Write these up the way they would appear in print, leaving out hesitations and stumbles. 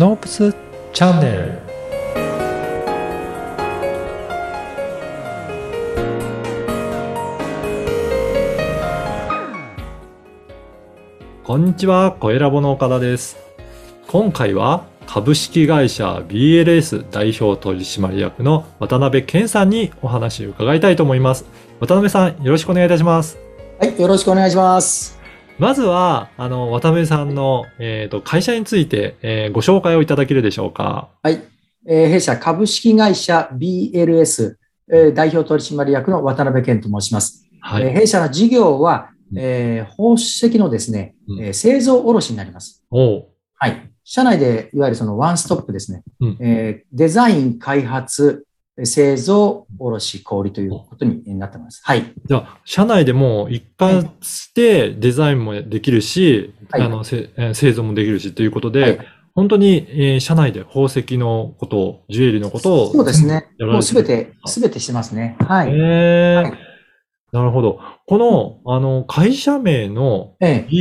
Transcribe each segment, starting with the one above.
ノープスチャンネル。こんにちは、声ラボの岡田です。今回は株式会社 BLS 代表取締役の渡辺健さんにお話を伺いたいと思います。渡辺さん、よろしくお願いいたします。 はい、よろしくお願いします。 まずは、渡辺さんの、会社について、ご紹介をいただけるでしょうか。 はい、弊社株式会社 BLS、代表取締役の渡辺健と申します。 はい。 弊社の事業は、宝石のですね、製造卸になります。はい。社内でいわゆるそのワンストップですね。デザイン、開発、製造、卸、小売ということになってます。はい。 じゃあ、社内でも一貫してデザインもできるし、はい、製造もできるしということで、はい、本当に、社内で宝石のことを、ジュエリーのことを。 そうですね。もうすべてしてますね。はい。 はい、なるほど。この、会社名の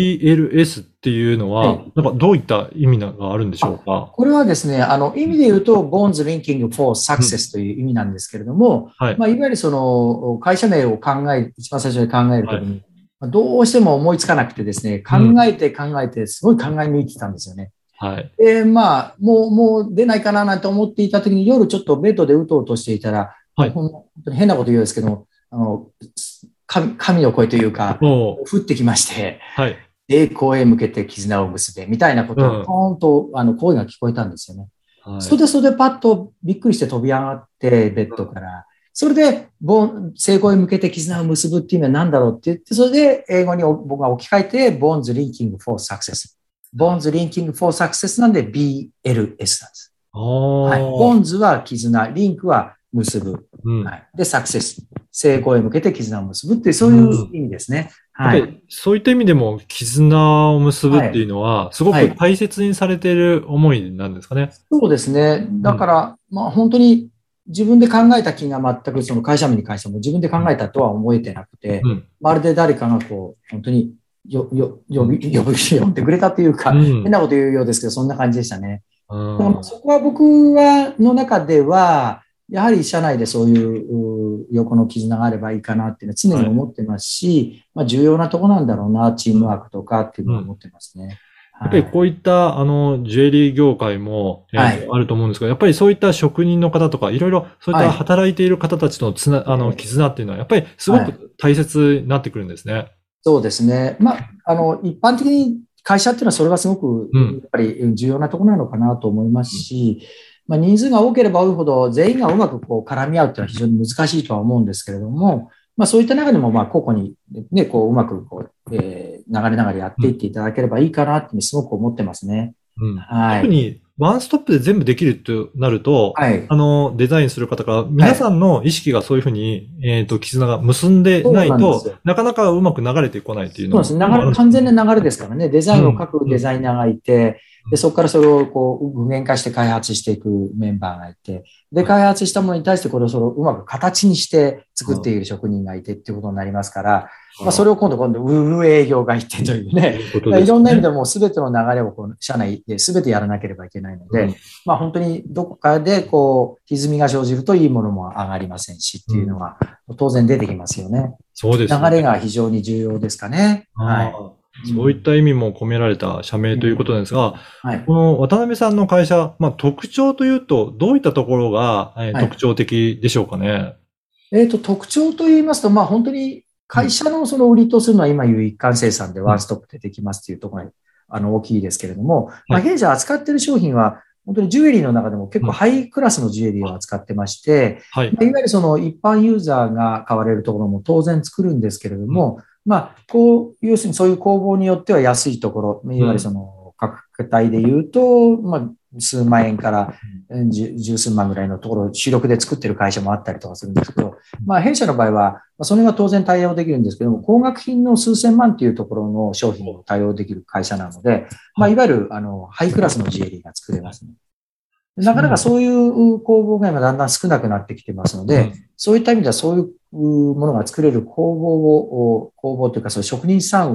BLS っていうのは、なんかどういった意味があるんでしょうか？ これはですね、意味で言うと、Bonds Linking for Success という意味なんですけれども、いわゆるその、会社名を一番最初に考えるときに、どうしても思いつかなくてですね、考えて、すごい考え抜いてたんですよね。 はい。 もう出ないかななんて思っていたときに、夜ちょっとベッドでうとうとしていたら、本当に変なこと言うんですけど、神の声というか、降ってきまして、栄光へ向けて絆を結べ、みたいなことを、ポーンと、声が聞こえたんですよね。それでパッとびっくりして飛び上がって、ベッドから。それで、成功へ向けて絆を結ぶっていうのは何だろうって言って、それで英語に僕が置き換えて、Bonds Linking for Success。Bonds Linking for Success なんで BLS なんです。はい。Bonds は絆、リンクは結ぶ。はい。で、サクセス。成功へ向けて絆を結ぶっていう、そういう意味ですね。 はい。そういった意味でも、絆を結ぶっていうのは、すごく大切にされている思いなんですかね。 そうですね。だから、本当に自分で考えた気が全くその会社名に関しても自分で考えたとは思えてなくて、まるで誰かがこう、本当に呼んでくれたというか、変なこと言うようですけど、そんな感じでしたね。そこは僕の中では、やはり社内でそういう横の絆があればいいかなっていうのは常に思ってますし、重要なとこなんだろうな、チームワークとかっていうのは思ってますね。 やっぱりこういった、ジュエリー業界も、あると思うんですが、やっぱりそういった職人の方とか、いろいろそういった働いている方たちの絆っていうのは、やっぱりすごく大切になってくるんですね。 そうですね。一般的に会社っていうのはそれがすごく、やっぱり重要なところなのかなと思いますし、人数が多ければ多いほど全員がうまくこう絡み合うっていうのは非常に難しいとは思うんですけれども、そういった中でも個々にね、こううまく流れやっていっていただければいいかなってすごく思ってますね。 特にワンストップで全部できるとなると、デザインする方から皆さんの意識がそういうふうに、絆が結んでないと、なかなかうまく流れてこないっていうのは。 そうですね。完全な流れですからね。デザインを書くデザイナーがいて、で、そこからそれをこう具現化して開発していくメンバーがいて、で、開発したものに対してこれをうまく形にして作っている職人がいてっていうことになりますから、それを今度運営業がいてというね、いろんな意味でも全ての流れを社内で全てやらなければいけないので、本当にどこかでこう、歪みが生じるといいものも上がりませんしっていうのは当然出てきますよね。 そうですね。 流れが非常に重要ですかね。 そういった意味も込められた社名ということなんですが、この渡辺さんの会社、特徴というと、どういったところが、特徴的でしょうかね。 特徴と言いますと、本当に会社のその売りとするのは今言う一貫生産でワンストップでできますというところが、大きいですけれども、弊社扱っている商品は、本当にジュエリーの中でも結構ハイクラスのジュエリーを扱ってまして、いわゆるその一般ユーザーが買われるところも当然作るんですけれども、要するにそういう工房によっては安いところ、いわゆるその価格帯で言うと、数万円から十数万ぐらいのところを主力で作ってる会社もあったりとかするんですけど、弊社の場合は、それが当然対応できるんですけども、高額品の数千万というところの商品を対応できる会社なので、いわゆるハイクラスのジュエリーが作れますね。なかなかそういう工房が今だんだん少なくなってきてますので、そういった意味ではそういうものが作れる工房というか、そういう職人さんを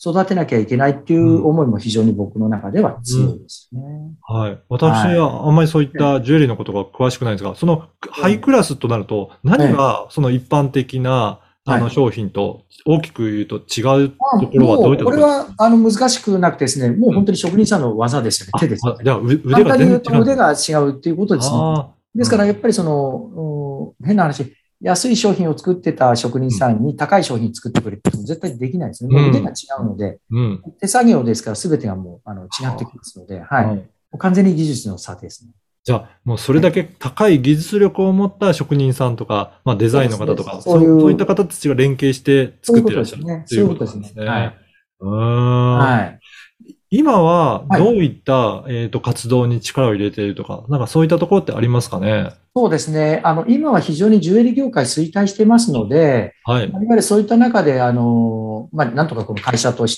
育てなきゃいけないっていう思いも非常に僕の中では強いですね。 はい。私はあんまりそういったジュエリーのことが詳しくないんですが、そのハイクラスとなると、何がその一般的な商品と大きく言うと違うところはどういったところですか？ もう、これは、難しくなくてですね、もう本当に職人さんの技ですよね。手ですよね。 じゃあ、腕簡単にが全然違う。 言うと腕が違うっていうことですね。ですから、やっぱり変な話、安い商品を作ってた職人さんに高い商品作ってくれって絶対できないですね。もう腕が違うので、手作業ですから全てがもう違ってきますので、はい。完全に技術の差ですね。 じゃあ、もうそれだけ高い技術力を持った職人さんとか、デザインの方とか、そういった方たちが連携して作っていらっしゃるということですね。はい。はい。今はどういった、活動に力を入れているとか、なんかそういったところってありますかね？ そうですね。今は非常にジュエリー業界衰退してますので、いわゆるそういった中で、なんとかこの会社として、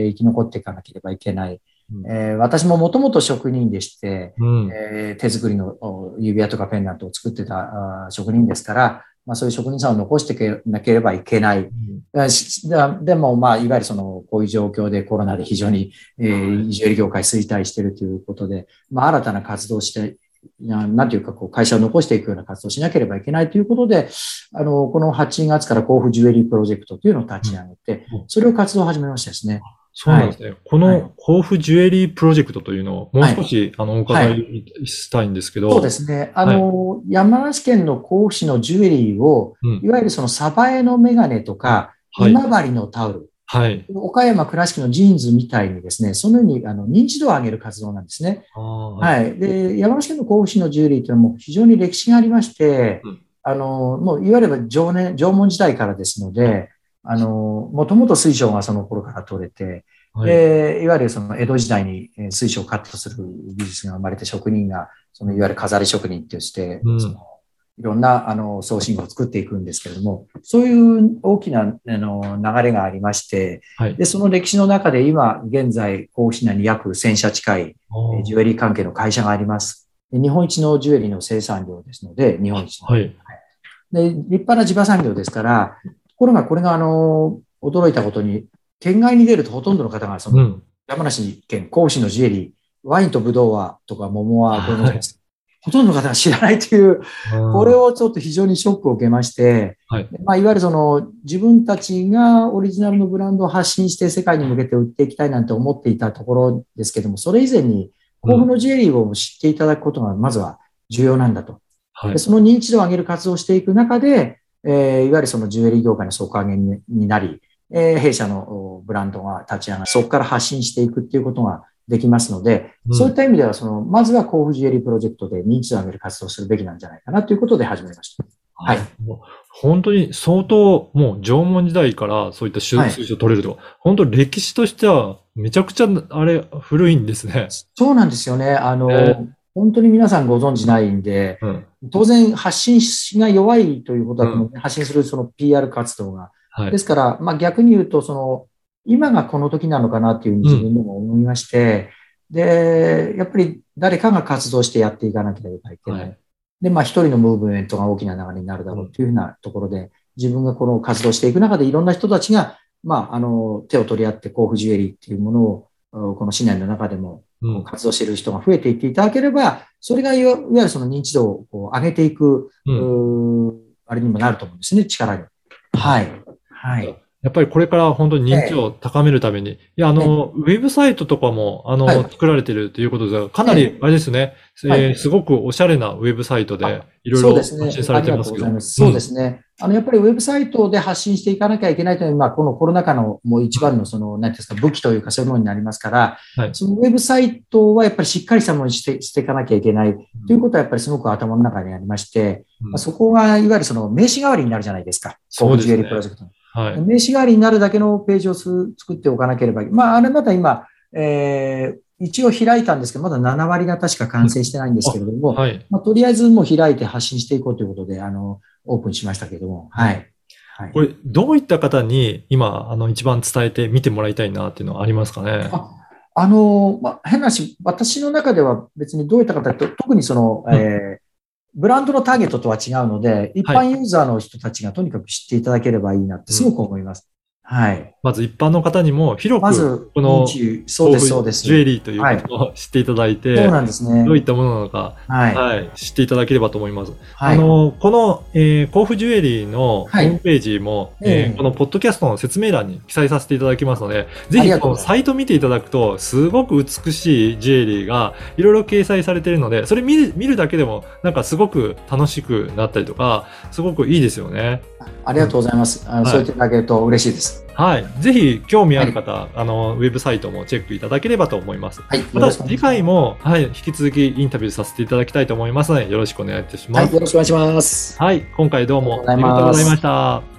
生き残っていかなければいけない。私ももともと職人でして、手作りの指輪とかペンダントを作ってた職人ですから、そういう職人さんを残していかなければいけない。でも、いわゆるこういう状況でコロナで非常に、ジュエリー業界衰退しているということで、新たな活動をしてなんていうか、会社を残していくような活動をしなければいけないということで、この8月から甲府ジュエリープロジェクトというのを立ち上げて、それを活動を始めましたですね。 そうなんですね。この甲府ジュエリープロジェクトというのをもう少し、お伺いしたいんですけど。 そうですね。山梨県の甲府市のジュエリーを、いわゆるサバエのメガネとか、今治のタオル、岡山倉敷のジーンズみたいにですね、そのように認知度を上げる活動なんですね。で、山梨県の甲府市のジュエリーというのはもう非常に歴史がありまして、もういわゆる縄文時代からですので、もともと水晶がその頃から取れて、いわゆる江戸時代に水晶をカットする技術が生まれて職人が、いわゆる飾り職人として、いろんな、装身具を作っていくんですけれども、そういう大きな、流れがありまして、で、その歴史の中で今、現在、甲府市内に約1000社近い、ジュエリー関係の会社があります。日本一のジュエリーの生産量ですので、日本一の。で、立派な地場産業ですから、ところがこれが、驚いたことに、県外に出るとほとんどの方が、山梨県甲府市のジュエリー、ワインとブドウはとか桃はご存知です。ほとんどの方が知らないという、これをちょっと非常にショックを受けまして、いわゆる自分たちがオリジナルのブランドを発信して世界に向けて売っていきたいなんて思っていたところですけども、それ以前に甲府のジュエリーを知っていただくことがまずは重要なんだと。でその認知度を上げる活動をしていく中で、いわゆるジュエリー業界の底上げになり、弊社のブランドが立ち上がり、そこから発信していくっていうことができますので、そういった意味では、まずは甲府ジュエリープロジェクトで認知度を上げる活動をするべきなんじゃないかなということで始めました。 本当に相当、もう縄文時代からそういった水晶を取れるとか、本当歴史としてはめちゃくちゃ、古いんですね。 そうなんですよね。本当に皆さんご存知ないんで、当然発信が弱いということだと思う、発信するPR 活動が。ですから、逆に言うと、今がこの時なのかなっていうふうに自分でも思いまして、で、やっぱり誰かが活動してやっていかなければいけない。で、一人のムーブメントが大きな流れになるだろうというふうなところで、自分がこの活動していく中でいろんな人たちが、手を取り合って甲府ジュエリーっていうものを、この市内の中でも活動している人が増えていっていただければ、それがいわゆるその認知度を上げていく、あれにもなると思うんですね、力に。はい。 やっぱりこれから本当に認知を高めるために、ウェブサイトとかも、作られているということで、かなり、あれですね、すごくおしゃれなウェブサイトで、いろいろ発信されてますけど。 そうですね。やっぱりウェブサイトで発信していかなきゃいけないというのは、このコロナ禍のもう一番のなんていうんですか、武器というかそういうものになりますから、そのウェブサイトはやっぱりしっかりしたものにしていかなきゃいけないということはやっぱりすごく頭の中にありまして、そこがいわゆる名刺代わりになるじゃないですか。 そうですね。 ジュエリープロジェクトの。名刺代わりになるだけのページを作っておかなければいけない。あれまだ今、一応開いたんですけど、まだ7割が確か完成してないんですけれども、とりあえずもう開いて発信していこうということで、オープンしましたけども、 これ、どういった方に今、一番伝えて見てもらいたいなっていうのはありますかね？ 変な話、私の中では別にどういった方と、特にブランドのターゲットとは違うので、一般ユーザーの人たちがとにかく知っていただければいいなってすごく思います。 はい。 まず一般の方にも広まず、 くこのそうです、そうです。 ジュエリーということを知っていただいて、 そうなんですね。 どういったものなのか、 はい。 はい、知っていただければと思います。 はい。 この、甲府ジュエリーのホはい。 ームページも、このポッドキャストの説明欄に記載させていただきますので、ぜひこのサイト見ていただくと、すごく美しいジュエリーがいろいろ掲載されているので、それ見るだけでも、なんかすごく楽しくなったりとか、すごくいいですよね。 ありがとうございます。そう言っていただけると嬉しいです。 はい。ぜひ、興味ある方、ウェブサイトもチェックいただければと思います。 はい。 また、次回も、はい、引き続きインタビューさせていただきたいと思いますので、よろしくお願いいたします。 はい、よろしくお願いします。 はい。今回どうもありがとうございました。